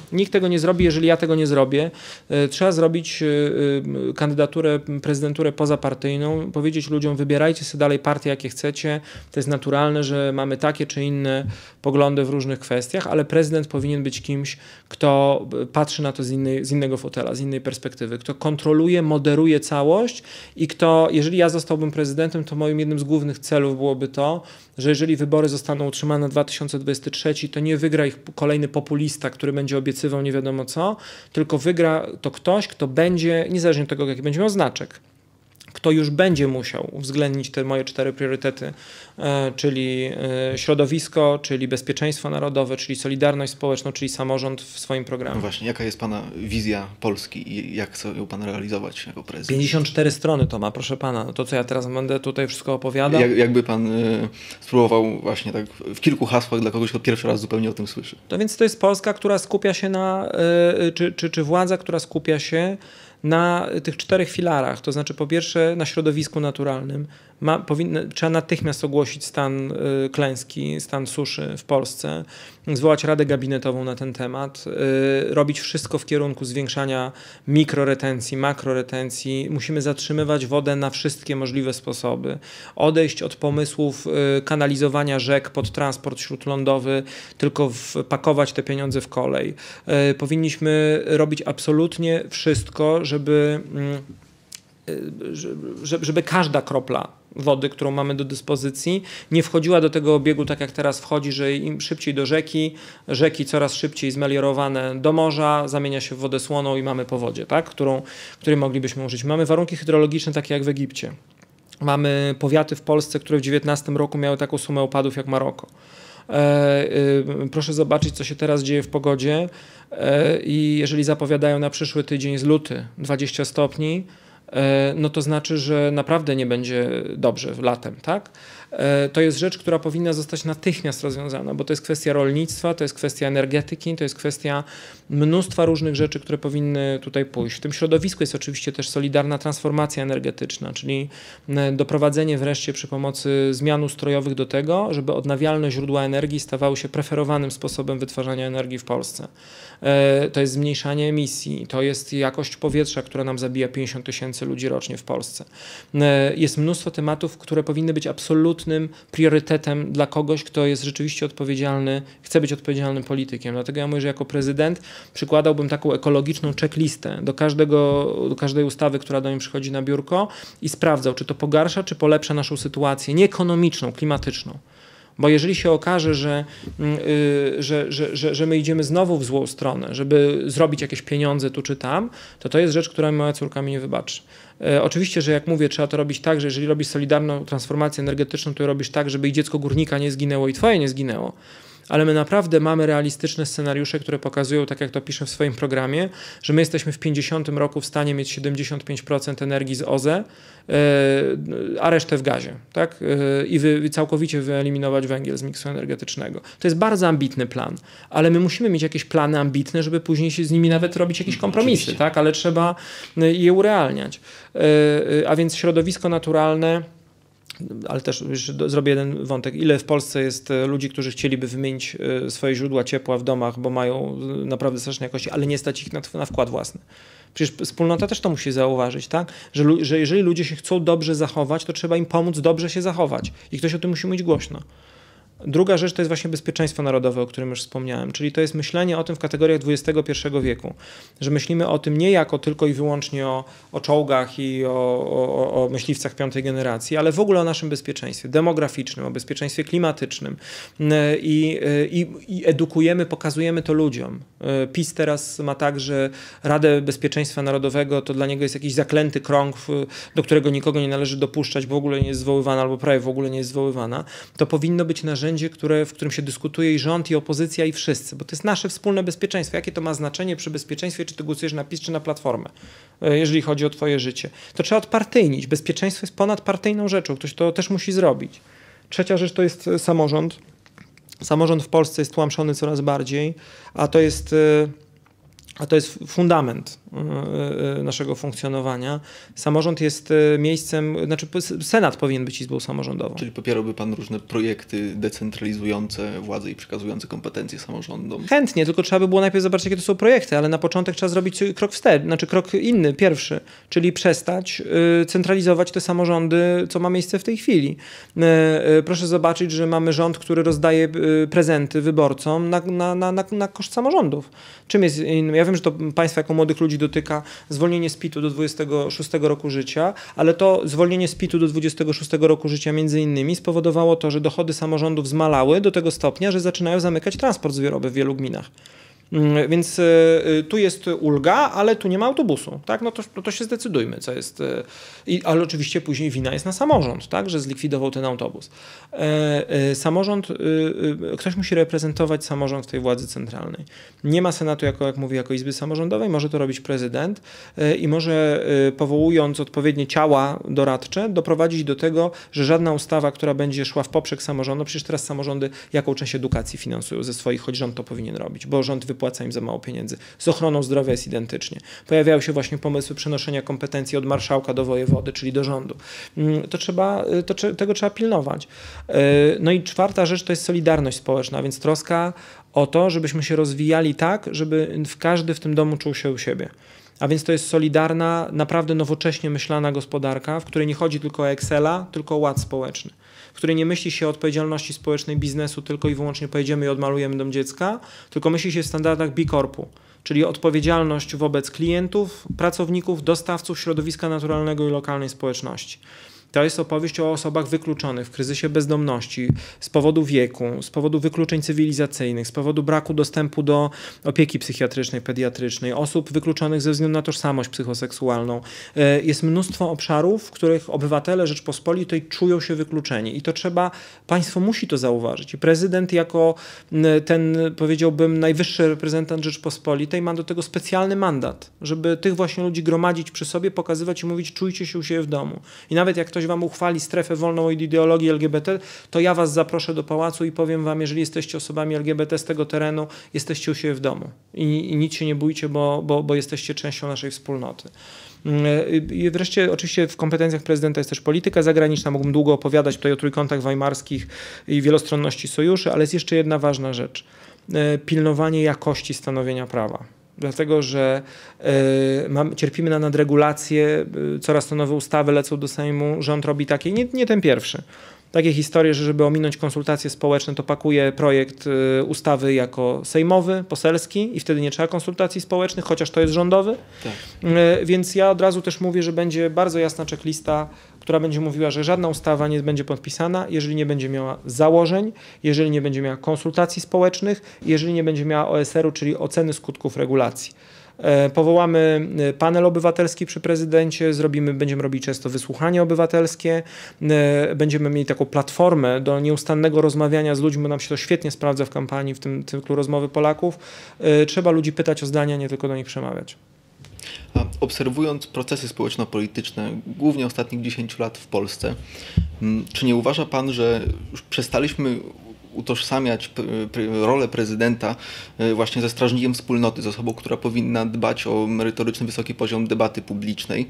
Nikt tego nie zrobi, jeżeli ja tego nie zrobię. Trzeba zrobić kandydaturę, prezydenturę pozapartyjną, powiedzieć ludziom, wybierajcie sobie dalej partie, jakie chcecie. To jest naturalne, że mamy takie czy inne poglądy w różnych kwestiach, ale prezydent powinien być kimś, kto patrzy na to z, innej, z innego fotela, z innej perspektywy, kto kontroluje, moderuje całość i kto, jeżeli ja zostałbym prezydentem, to moim jednym z głównych celów byłoby to, że jeżeli wybory zostaną utrzymane na dwa tysiące dwudziesty trzeci, to nie wygra ich kolejny populista, który będzie obiecywał nie wiadomo co, tylko wygra to ktoś, kto będzie, niezależnie od tego, jaki będzie miał znaczek, kto już będzie musiał uwzględnić te moje cztery priorytety, e, czyli e, środowisko, czyli bezpieczeństwo narodowe, czyli solidarność społeczną, czyli samorząd w swoim programie. No właśnie, jaka jest pana wizja Polski i jak chce ją pan realizować jako prezydent? pięćdziesiąt cztery strony to ma, proszę pana. No to, co ja teraz będę tutaj wszystko opowiadał. Jak, jakby pan y, spróbował właśnie tak w kilku hasłach dla kogoś, kto pierwszy raz zupełnie o tym słyszy. To więc to jest Polska, która skupia się na, y, czy, czy, czy władza, która skupia się na tych czterech filarach, to znaczy po pierwsze na środowisku naturalnym. Ma, powinno, trzeba natychmiast ogłosić stan y, klęski, stan suszy w Polsce, zwołać radę gabinetową na ten temat, y, robić wszystko w kierunku zwiększania mikroretencji, makroretencji. Musimy zatrzymywać wodę na wszystkie możliwe sposoby. Odejść od pomysłów y, kanalizowania rzek pod transport śródlądowy, tylko wpakować te pieniądze w kolej. Y, powinniśmy robić absolutnie wszystko, żeby, y, żeby, żeby każda kropla wody, którą mamy do dyspozycji, nie wchodziła do tego obiegu tak jak teraz wchodzi, że im szybciej do rzeki, rzeki coraz szybciej zmeliorowane do morza, zamienia się w wodę słoną i mamy powodzie, tak? Którą, której moglibyśmy użyć. Mamy warunki hydrologiczne takie jak w Egipcie. Mamy powiaty w Polsce, które w dziewiętnastym roku miały taką sumę opadów jak Maroko. E, y, proszę zobaczyć, co się teraz dzieje w pogodzie e, i jeżeli zapowiadają na przyszły tydzień z luty dwadzieścia stopni, no to znaczy, że naprawdę nie będzie dobrze latem, tak? To jest rzecz, która powinna zostać natychmiast rozwiązana, bo to jest kwestia rolnictwa, to jest kwestia energetyki, to jest kwestia mnóstwa różnych rzeczy, które powinny tutaj pójść. W tym środowisku jest oczywiście też solidarna transformacja energetyczna, czyli doprowadzenie wreszcie przy pomocy zmian ustrojowych do tego, żeby odnawialne źródła energii stawały się preferowanym sposobem wytwarzania energii w Polsce. To jest zmniejszanie emisji, to jest jakość powietrza, która nam zabija pięćdziesiąt tysięcy ludzi rocznie w Polsce. Jest mnóstwo tematów, które powinny być absolutnym priorytetem dla kogoś, kto jest rzeczywiście odpowiedzialny, chce być odpowiedzialnym politykiem. Dlatego ja mówię, że jako prezydent przykładałbym taką ekologiczną checklistę do, każdego, do każdej ustawy, która do mnie przychodzi na biurko i sprawdzał, czy to pogarsza, czy polepsza naszą sytuację, nie ekonomiczną, klimatyczną. Bo jeżeli się okaże, że, yy, że, że, że, że my idziemy znowu w złą stronę, żeby zrobić jakieś pieniądze tu czy tam, to to jest rzecz, która moja córka mi nie wybaczy. Yy, oczywiście, że jak mówię, trzeba to robić tak, że jeżeli robisz solidarną transformację energetyczną, to robisz tak, żeby i dziecko górnika nie zginęło i twoje nie zginęło. Ale my naprawdę mamy realistyczne scenariusze, które pokazują, tak jak to piszę w swoim programie, że my jesteśmy w pięćdziesiątym roku w stanie mieć siedemdziesiąt pięć procent energii z O Z E, a resztę w gazie, tak? I wy, całkowicie wyeliminować węgiel z miksu energetycznego. To jest bardzo ambitny plan, ale my musimy mieć jakieś plany ambitne, żeby później się z nimi nawet robić jakieś kompromisy, tak? Ale trzeba je urealniać. A więc środowisko naturalne, ale też już zrobię jeden wątek. Ile w Polsce jest ludzi, którzy chcieliby wymienić swoje źródła ciepła w domach, bo mają naprawdę straszne jakości, ale nie stać ich na, na wkład własny. Przecież wspólnota też to musi zauważyć, tak? Że, że jeżeli ludzie się chcą dobrze zachować, to trzeba im pomóc dobrze się zachować. I ktoś o tym musi mówić głośno. Druga rzecz to jest właśnie bezpieczeństwo narodowe, o którym już wspomniałem, czyli to jest myślenie o tym w kategoriach dwudziestego pierwszego wieku, że myślimy o tym nie jako tylko i wyłącznie o, o czołgach i o, o, o myśliwcach piątej generacji, ale w ogóle o naszym bezpieczeństwie demograficznym, o bezpieczeństwie klimatycznym i, i, i edukujemy, pokazujemy to ludziom. PiS teraz ma tak, że Radę Bezpieczeństwa Narodowego to dla niego jest jakiś zaklęty krąg, do którego nikogo nie należy dopuszczać, bo w ogóle nie jest zwoływana albo prawie w ogóle nie jest zwoływana. To powinno być narzędzie, które, w którym się dyskutuje i rząd, i opozycja, i wszyscy, bo to jest nasze wspólne bezpieczeństwo. Jakie to ma znaczenie przy bezpieczeństwie, czy ty głosujesz na PiS, czy na Platformę, jeżeli chodzi o twoje życie. To trzeba odpartyjnić. Bezpieczeństwo jest ponadpartyjną rzeczą. Ktoś to też musi zrobić. Trzecia rzecz to jest samorząd. Samorząd w Polsce jest tłamszony coraz bardziej, a to jest a to jest fundament naszego funkcjonowania. Samorząd jest miejscem, znaczy Senat powinien być izbą samorządową. Czyli popierałby pan różne projekty decentralizujące władzę i przekazujące kompetencje samorządom? Chętnie, tylko trzeba by było najpierw zobaczyć, jakie to są projekty, ale na początek trzeba zrobić krok wstecz, znaczy krok inny, pierwszy, czyli przestać y, centralizować te samorządy, co ma miejsce w tej chwili. Y, y, proszę zobaczyć, że mamy rząd, który rozdaje y, prezenty wyborcom na, na, na, na, na koszt samorządów. Czym jest inny? Ja wiem, że to państwa jako młodych ludzi dotyka zwolnienie z pitu do dwudziestego szóstego roku życia, ale to zwolnienie z pitu do dwudziestego szóstego roku życia między innymi spowodowało to, że dochody samorządów zmalały do tego stopnia, że zaczynają zamykać transport zbiorowy w wielu gminach. Więc y, tu jest ulga, ale tu nie ma autobusu, tak? No to, no to się zdecydujmy, co jest. Y, i, ale oczywiście później wina jest na samorząd, tak? Że zlikwidował ten autobus. Y, y, samorząd, y, y, ktoś musi reprezentować samorząd w tej władzy centralnej. Nie ma Senatu, jako, jak mówię, jako izby samorządowej, może to robić prezydent y, i może y, powołując odpowiednie ciała doradcze doprowadzić do tego, że żadna ustawa, która będzie szła w poprzek samorządu, przecież teraz samorządy jaką część edukacji finansują ze swoich, choć rząd to powinien robić, bo rząd wypłaca im za mało pieniędzy. Z ochroną zdrowia jest identycznie. Pojawiały się właśnie pomysły przenoszenia kompetencji od marszałka do wojewody, czyli do rządu. To trzeba, to, tego trzeba pilnować. No i czwarta rzecz to jest solidarność społeczna, więc troska o to, żebyśmy się rozwijali tak, żeby każdy w tym domu czuł się u siebie. A więc to jest solidarna, naprawdę nowocześnie myślana gospodarka, w której nie chodzi tylko o Excela, tylko o ład społeczny. W której nie myśli się o odpowiedzialności społecznej biznesu tylko i wyłącznie pojedziemy i odmalujemy dom dziecka, tylko myśli się w standardach B Corpu, czyli odpowiedzialność wobec klientów, pracowników, dostawców, środowiska naturalnego i lokalnej społeczności. To jest opowieść o osobach wykluczonych w kryzysie bezdomności z powodu wieku, z powodu wykluczeń cywilizacyjnych, z powodu braku dostępu do opieki psychiatrycznej, pediatrycznej, osób wykluczonych ze względu na tożsamość psychoseksualną. Jest mnóstwo obszarów, w których obywatele Rzeczpospolitej czują się wykluczeni i to trzeba, państwo musi to zauważyć. I prezydent jako ten, powiedziałbym, najwyższy reprezentant Rzeczpospolitej ma do tego specjalny mandat, żeby tych właśnie ludzi gromadzić przy sobie, pokazywać i mówić, czujcie się u siebie w domu. I nawet jak ktoś wam uchwali strefę wolną od ideologii L G B T, to ja was zaproszę do pałacu i powiem wam, jeżeli jesteście osobami L G B T z tego terenu, jesteście u siebie w domu. I, i nic się nie bójcie, bo, bo, bo jesteście częścią naszej wspólnoty. I wreszcie oczywiście w kompetencjach prezydenta jest też polityka zagraniczna. Mógłbym długo opowiadać tutaj o trójkątach weimarskich i wielostronności sojuszy, ale jest jeszcze jedna ważna rzecz. Pilnowanie jakości stanowienia prawa. Dlatego, że y, mam, cierpimy na nadregulację, y, coraz to nowe ustawy lecą do Sejmu, rząd robi takie, nie, nie ten pierwszy, takie historie, że żeby ominąć konsultacje społeczne, to pakuje projekt y, ustawy jako sejmowy, poselski i wtedy nie trzeba konsultacji społecznych, chociaż to jest rządowy. Tak. Y, więc ja od razu też mówię, że będzie bardzo jasna checklista, która będzie mówiła, że żadna ustawa nie będzie podpisana, jeżeli nie będzie miała założeń, jeżeli nie będzie miała konsultacji społecznych, jeżeli nie będzie miała O S R u, czyli oceny skutków regulacji. Powołamy panel obywatelski przy prezydencie, zrobimy, będziemy robić często wysłuchanie obywatelskie, będziemy mieli taką platformę do nieustannego rozmawiania z ludźmi, bo nam się to świetnie sprawdza w kampanii, w tym cyklu rozmowy Polaków. Trzeba ludzi pytać o zdania, nie tylko do nich przemawiać. A obserwując procesy społeczno-polityczne, głównie ostatnich dziesięciu lat w Polsce, czy nie uważa pan, że już przestaliśmy utożsamiać rolę prezydenta właśnie ze strażnikiem wspólnoty, z osobą, która powinna dbać o merytoryczny, wysoki poziom debaty publicznej?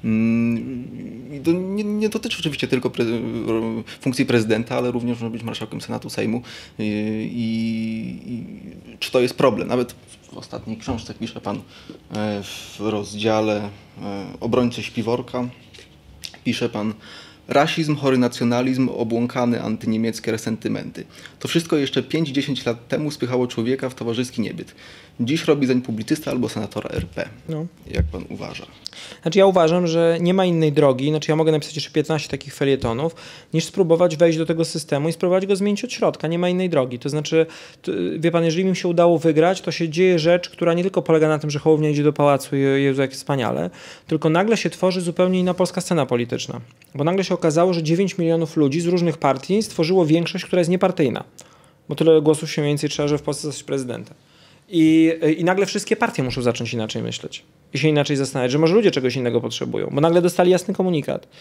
To nie, nie dotyczy oczywiście tylko pre funkcji prezydenta, ale również może być marszałkiem Senatu, Sejmu. I, i czy to jest problem? Nawet w ostatniej książce pisze pan w rozdziale Obrońcy Śpiworka, pisze pan: rasizm, chory nacjonalizm, obłąkane antyniemieckie resentymenty. To wszystko jeszcze pięć dziesięć lat temu spychało człowieka w towarzyski niebyt. Dziś robi zań publicysta albo senatora R P. No. Jak pan uważa? Znaczy ja uważam, że nie ma innej drogi, znaczy ja mogę napisać jeszcze piętnaście takich felietonów, niż spróbować wejść do tego systemu i spróbować go zmienić od środka. Nie ma innej drogi. To znaczy, to, wie pan, jeżeli mi się udało wygrać, to się dzieje rzecz, która nie tylko polega na tym, że Hołownia idzie do pałacu i Jezu, jak wspaniale, tylko nagle się tworzy zupełnie inna polska scena polityczna. Bo nagle się okazało, że dziewięć milionów ludzi z różnych partii stworzyło większość, która jest niepartyjna. Bo tyle głosów się mniej więcej trzeba, żeby w Polsce zostać prezydentem. I, I nagle wszystkie partie muszą zacząć inaczej myśleć i się inaczej zastanawiać, że może ludzie czegoś innego potrzebują, bo nagle dostali jasny komunikat.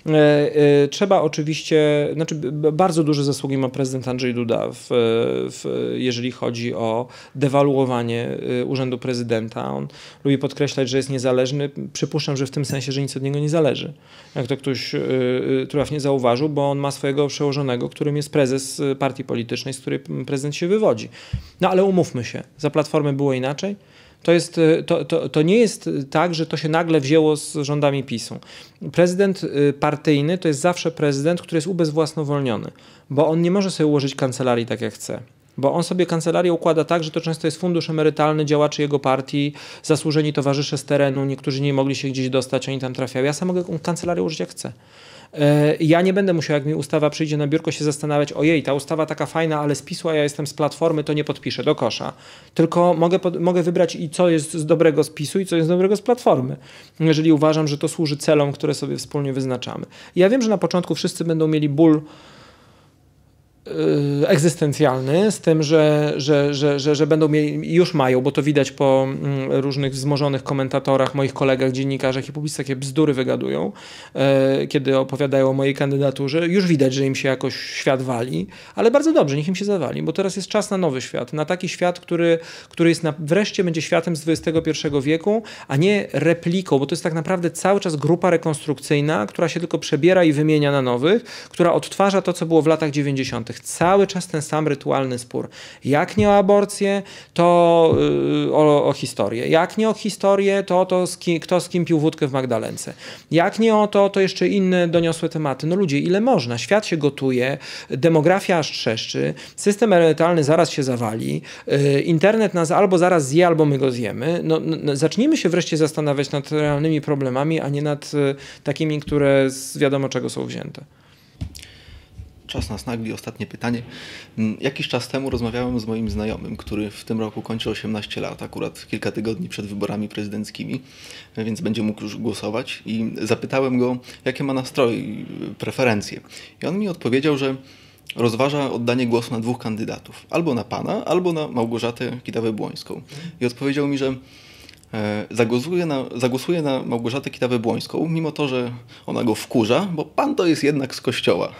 Trzeba oczywiście, znaczy bardzo duże zasługi ma prezydent Andrzej Duda, w, w, jeżeli chodzi o dewaluowanie urzędu prezydenta. On lubi podkreślać, że jest niezależny. Przypuszczam, że w tym sensie, że nic od niego nie zależy. Jak to ktoś trafnie zauważył, bo on ma swojego przełożonego, którym jest prezes partii politycznej, z której prezydent się wywodzi. No ale umówmy się, za Platformy było inaczej. To, jest, to, to, to nie jest tak, że to się nagle wzięło z rządami PiSu. Prezydent partyjny to jest zawsze prezydent, który jest ubezwłasnowolniony, bo on nie może sobie ułożyć kancelarii tak jak chce. Bo on sobie kancelarię układa tak, że to często jest fundusz emerytalny działaczy jego partii, zasłużeni towarzysze z terenu, niektórzy nie mogli się gdzieś dostać, oni tam trafiają. Ja sam mogę kancelarię ułożyć jak chcę. Ja nie będę musiał, jak mi ustawa przyjdzie na biurko, się zastanawiać, ojej, ta ustawa taka fajna, ale z PiSu, a ja jestem z Platformy, to nie podpiszę, do kosza. Tylko mogę, mogę wybrać i co jest z dobrego z PiSu i co jest dobrego z Platformy, jeżeli uważam, że to służy celom, które sobie wspólnie wyznaczamy. Ja wiem, że na początku wszyscy będą mieli ból egzystencjalny z tym, że, że, że, że, że będą mieli, już mają, bo to widać po różnych wzmożonych komentatorach, moich kolegach, dziennikarzach i publicystach, takie bzdury wygadują, kiedy opowiadają o mojej kandydaturze. Już widać, że im się jakoś świat wali, ale bardzo dobrze, niech im się zawali, bo teraz jest czas na nowy świat, na taki świat, który, który jest na, wreszcie będzie światem z dwudziestego pierwszego wieku, a nie repliką, bo to jest tak naprawdę cały czas grupa rekonstrukcyjna, która się tylko przebiera i wymienia na nowych, która odtwarza to, co było w latach dziewięćdziesiątych. Cały czas ten sam rytualny spór. Jak nie o aborcję, to yy, o, o historię. Jak nie o historię, to o to, z kim, kto z kim pił wódkę w Magdalence. Jak nie o to, to jeszcze inne doniosłe tematy. No ludzie, ile można? Świat się gotuje, demografia aż trzeszczy, system emerytalny zaraz się zawali, yy, internet nas albo zaraz zje, albo my go zjemy. No, no, zacznijmy się wreszcie zastanawiać nad realnymi problemami, a nie nad yy, takimi, które z wiadomo czego są wzięte. Czas nas nagli. Ostatnie pytanie. Jakiś czas temu rozmawiałem z moim znajomym, który w tym roku kończy osiemnaście lat, akurat kilka tygodni przed wyborami prezydenckimi, więc będzie mógł już głosować i zapytałem go, jakie ma nastroje i preferencje. I on mi odpowiedział, że rozważa oddanie głosu na dwóch kandydatów. Albo na pana, albo na Małgorzatę Kidawę-Błońską. I odpowiedział mi, że Zagłosuje na, zagłosuje na Małgorzatę Kidawę-Błońską, mimo to, że ona go wkurza, bo pan to jest jednak z kościoła.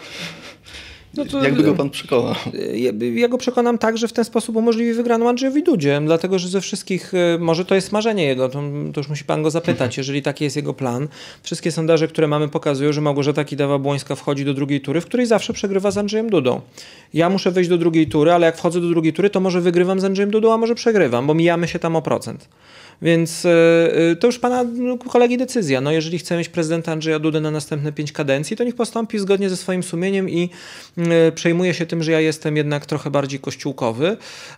No to, jakby go pan przekonał? Ja, ja go przekonam tak, że w ten sposób umożliwi wygraną Andrzejowi Dudzie, dlatego że ze wszystkich, może to jest marzenie jego, to, to już musi pan go zapytać, jeżeli taki jest jego plan. Wszystkie sondaże, które mamy, pokazują, że Małgorzata Kidawa-Błońska wchodzi do drugiej tury, w której zawsze przegrywa z Andrzejem Dudą. Ja muszę wejść do drugiej tury, ale jak wchodzę do drugiej tury, to może wygrywam z Andrzejem Dudą, a może przegrywam, bo mijamy się tam o procent. Więc yy, to już pana kolegi decyzja. No jeżeli chce mieć prezydenta Andrzeja Dudę na następne pięć kadencji, to niech postąpi zgodnie ze swoim sumieniem i yy, przejmuje się tym, że ja jestem jednak trochę bardziej kościółkowy.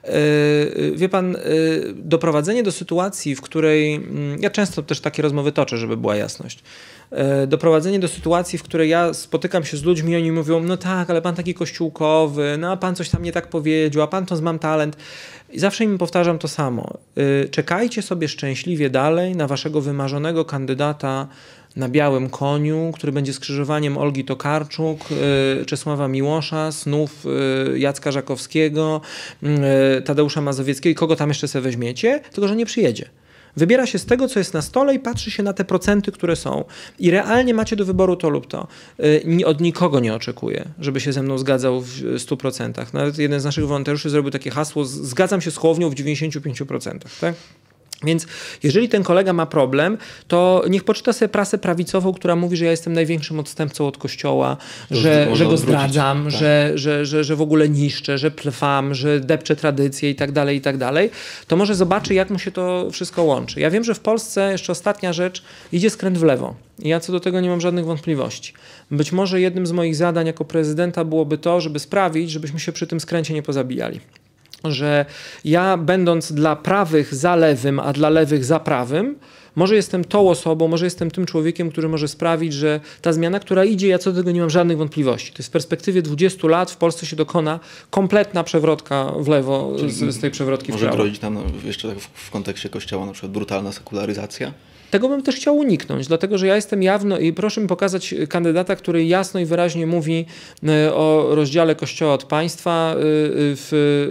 Yy, wie pan, yy, doprowadzenie do sytuacji, w której... Yy, ja często też takie rozmowy toczę, żeby była jasność. Doprowadzenie do sytuacji, w której ja spotykam się z ludźmi i oni mówią, no tak, ale pan taki kościółkowy, no a pan coś tam nie tak powiedział, a pan to mam talent. I zawsze im powtarzam to samo. Czekajcie sobie szczęśliwie dalej na waszego wymarzonego kandydata na białym koniu, który będzie skrzyżowaniem Olgi Tokarczuk, Czesława Miłosza, snów Jacka Żakowskiego, Tadeusza Mazowieckiego i kogo tam jeszcze sobie weźmiecie, tylko że nie przyjedzie. Wybiera się z tego, co jest na stole i patrzy się na te procenty, które są. I realnie macie do wyboru to lub to. Od nikogo nie oczekuję, żeby się ze mną zgadzał w stu procentach. Nawet jeden z naszych wolontariuszy zrobił takie hasło, zgadzam się z Hołownią w dziewięćdziesięciu pięciu procentach. Tak? Więc jeżeli ten kolega ma problem, to niech poczyta sobie prasę prawicową, która mówi, że ja jestem największym odstępcą od Kościoła, że, że go zdradzam, tak. że, że, że, że w ogóle niszczę, że plwam, że depczę tradycję i tak dalej, i tak dalej. To może zobaczy, jak mu się to wszystko łączy. Ja wiem, że w Polsce, jeszcze ostatnia rzecz, idzie skręt w lewo. I ja co do tego nie mam żadnych wątpliwości. Być może jednym z moich zadań jako prezydenta byłoby to, żeby sprawić, żebyśmy się przy tym skręcie nie pozabijali. Że ja będąc dla prawych za lewym, a dla lewych za prawym, może jestem tą osobą, może jestem tym człowiekiem, który może sprawić, że ta zmiana, która idzie, ja co do tego nie mam żadnych wątpliwości. To jest w perspektywie dwudziestu lat w Polsce się dokona kompletna przewrotka w lewo z, z tej przewrotki w prawo. Może grozić nam jeszcze tak w, w kontekście Kościoła na przykład brutalna sekularyzacja? Tego bym też chciał uniknąć, dlatego że ja jestem jawno i proszę mi pokazać kandydata, który jasno i wyraźnie mówi o rozdziale Kościoła od państwa. W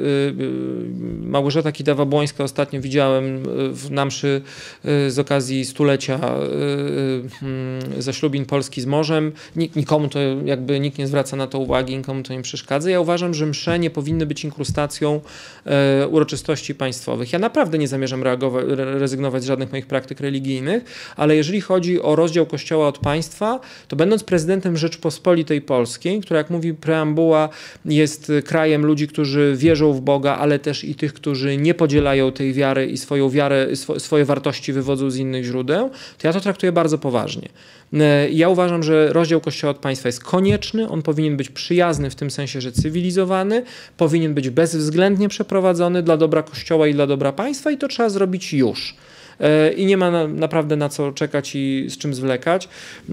Małgorzata Kidawa-Błońska ostatnio widziałem w na mszy z okazji stulecia zaślubin Polski z morzem. Nikomu to jakby nikt nie zwraca na to uwagi, nikomu to nie przeszkadza. Ja uważam, że msze nie powinny być inkrustacją uroczystości państwowych. Ja naprawdę nie zamierzam reagować, rezygnować z żadnych moich praktyk religijnych, ale jeżeli chodzi o rozdział Kościoła od państwa, to będąc prezydentem Rzeczpospolitej Polskiej, która jak mówi preambuła jest krajem ludzi, którzy wierzą w Boga, ale też i tych, którzy nie podzielają tej wiary i swoją wiarę, sw- swoje wartości wywodzą z innych źródeł, to ja to traktuję bardzo poważnie. Ja uważam, że rozdział Kościoła od państwa jest konieczny, on powinien być przyjazny w tym sensie, że cywilizowany, powinien być bezwzględnie przeprowadzony dla dobra Kościoła i dla dobra państwa i to trzeba zrobić już. I nie ma na, naprawdę na co czekać i z czym zwlekać.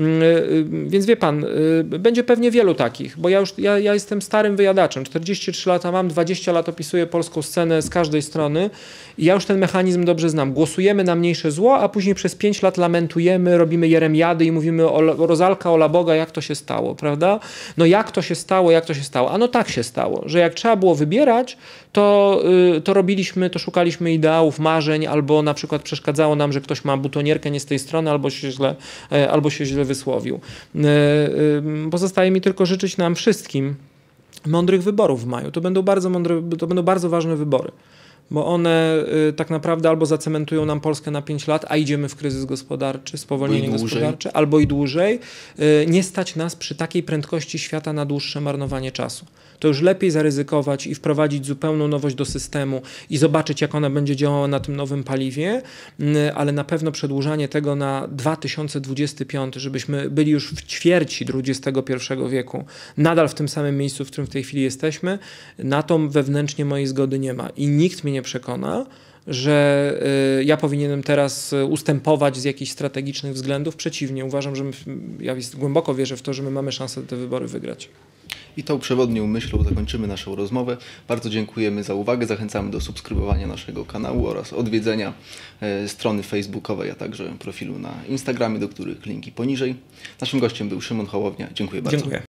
Więc wie pan, będzie pewnie wielu takich, bo ja już ja, ja jestem starym wyjadaczem. czterdzieści trzy lata mam, dwadzieścia lat opisuję polską scenę z każdej strony i ja już ten mechanizm dobrze znam. Głosujemy na mniejsze zło, a później przez pięć lat lamentujemy, robimy jeremiady i mówimy o, o rozalka, ola Boga, jak to się stało, prawda? No jak to się stało, jak to się stało? A no tak się stało, że jak trzeba było wybierać, to, to robiliśmy, to szukaliśmy ideałów, marzeń, albo na przykład przeszkadzało nam, że ktoś ma butonierkę nie z tej strony, albo się źle, albo się źle wysłowił. Pozostaje mi tylko życzyć nam wszystkim mądrych wyborów w maju. To będą bardzo mądre, to będą bardzo ważne wybory, bo one y, tak naprawdę albo zacementują nam Polskę na pięć lat, a idziemy w kryzys gospodarczy, spowolnienie gospodarcze, albo i dłużej. Y, nie stać nas przy takiej prędkości świata na dłuższe marnowanie czasu. To już lepiej zaryzykować i wprowadzić zupełną nowość do systemu i zobaczyć, jak ona będzie działała na tym nowym paliwie, y, ale na pewno przedłużanie tego na dwa tysiące dwudziesty piąty, żebyśmy byli już w ćwierci dwudziestego pierwszego wieku, nadal w tym samym miejscu, w którym w tej chwili jesteśmy, na to wewnętrznie mojej zgody nie ma. I nikt mnie nie przekona, że y, ja powinienem teraz ustępować z jakichś strategicznych względów. Przeciwnie, uważam, że my, ja głęboko wierzę w to, że my mamy szansę te wybory wygrać. I tą przewodnią myślą zakończymy naszą rozmowę. Bardzo dziękujemy za uwagę. Zachęcamy do subskrybowania naszego kanału oraz odwiedzenia e, strony facebookowej, a także profilu na Instagramie, do których linki poniżej. Naszym gościem był Szymon Hołownia. Dziękuję bardzo. Dziękuję.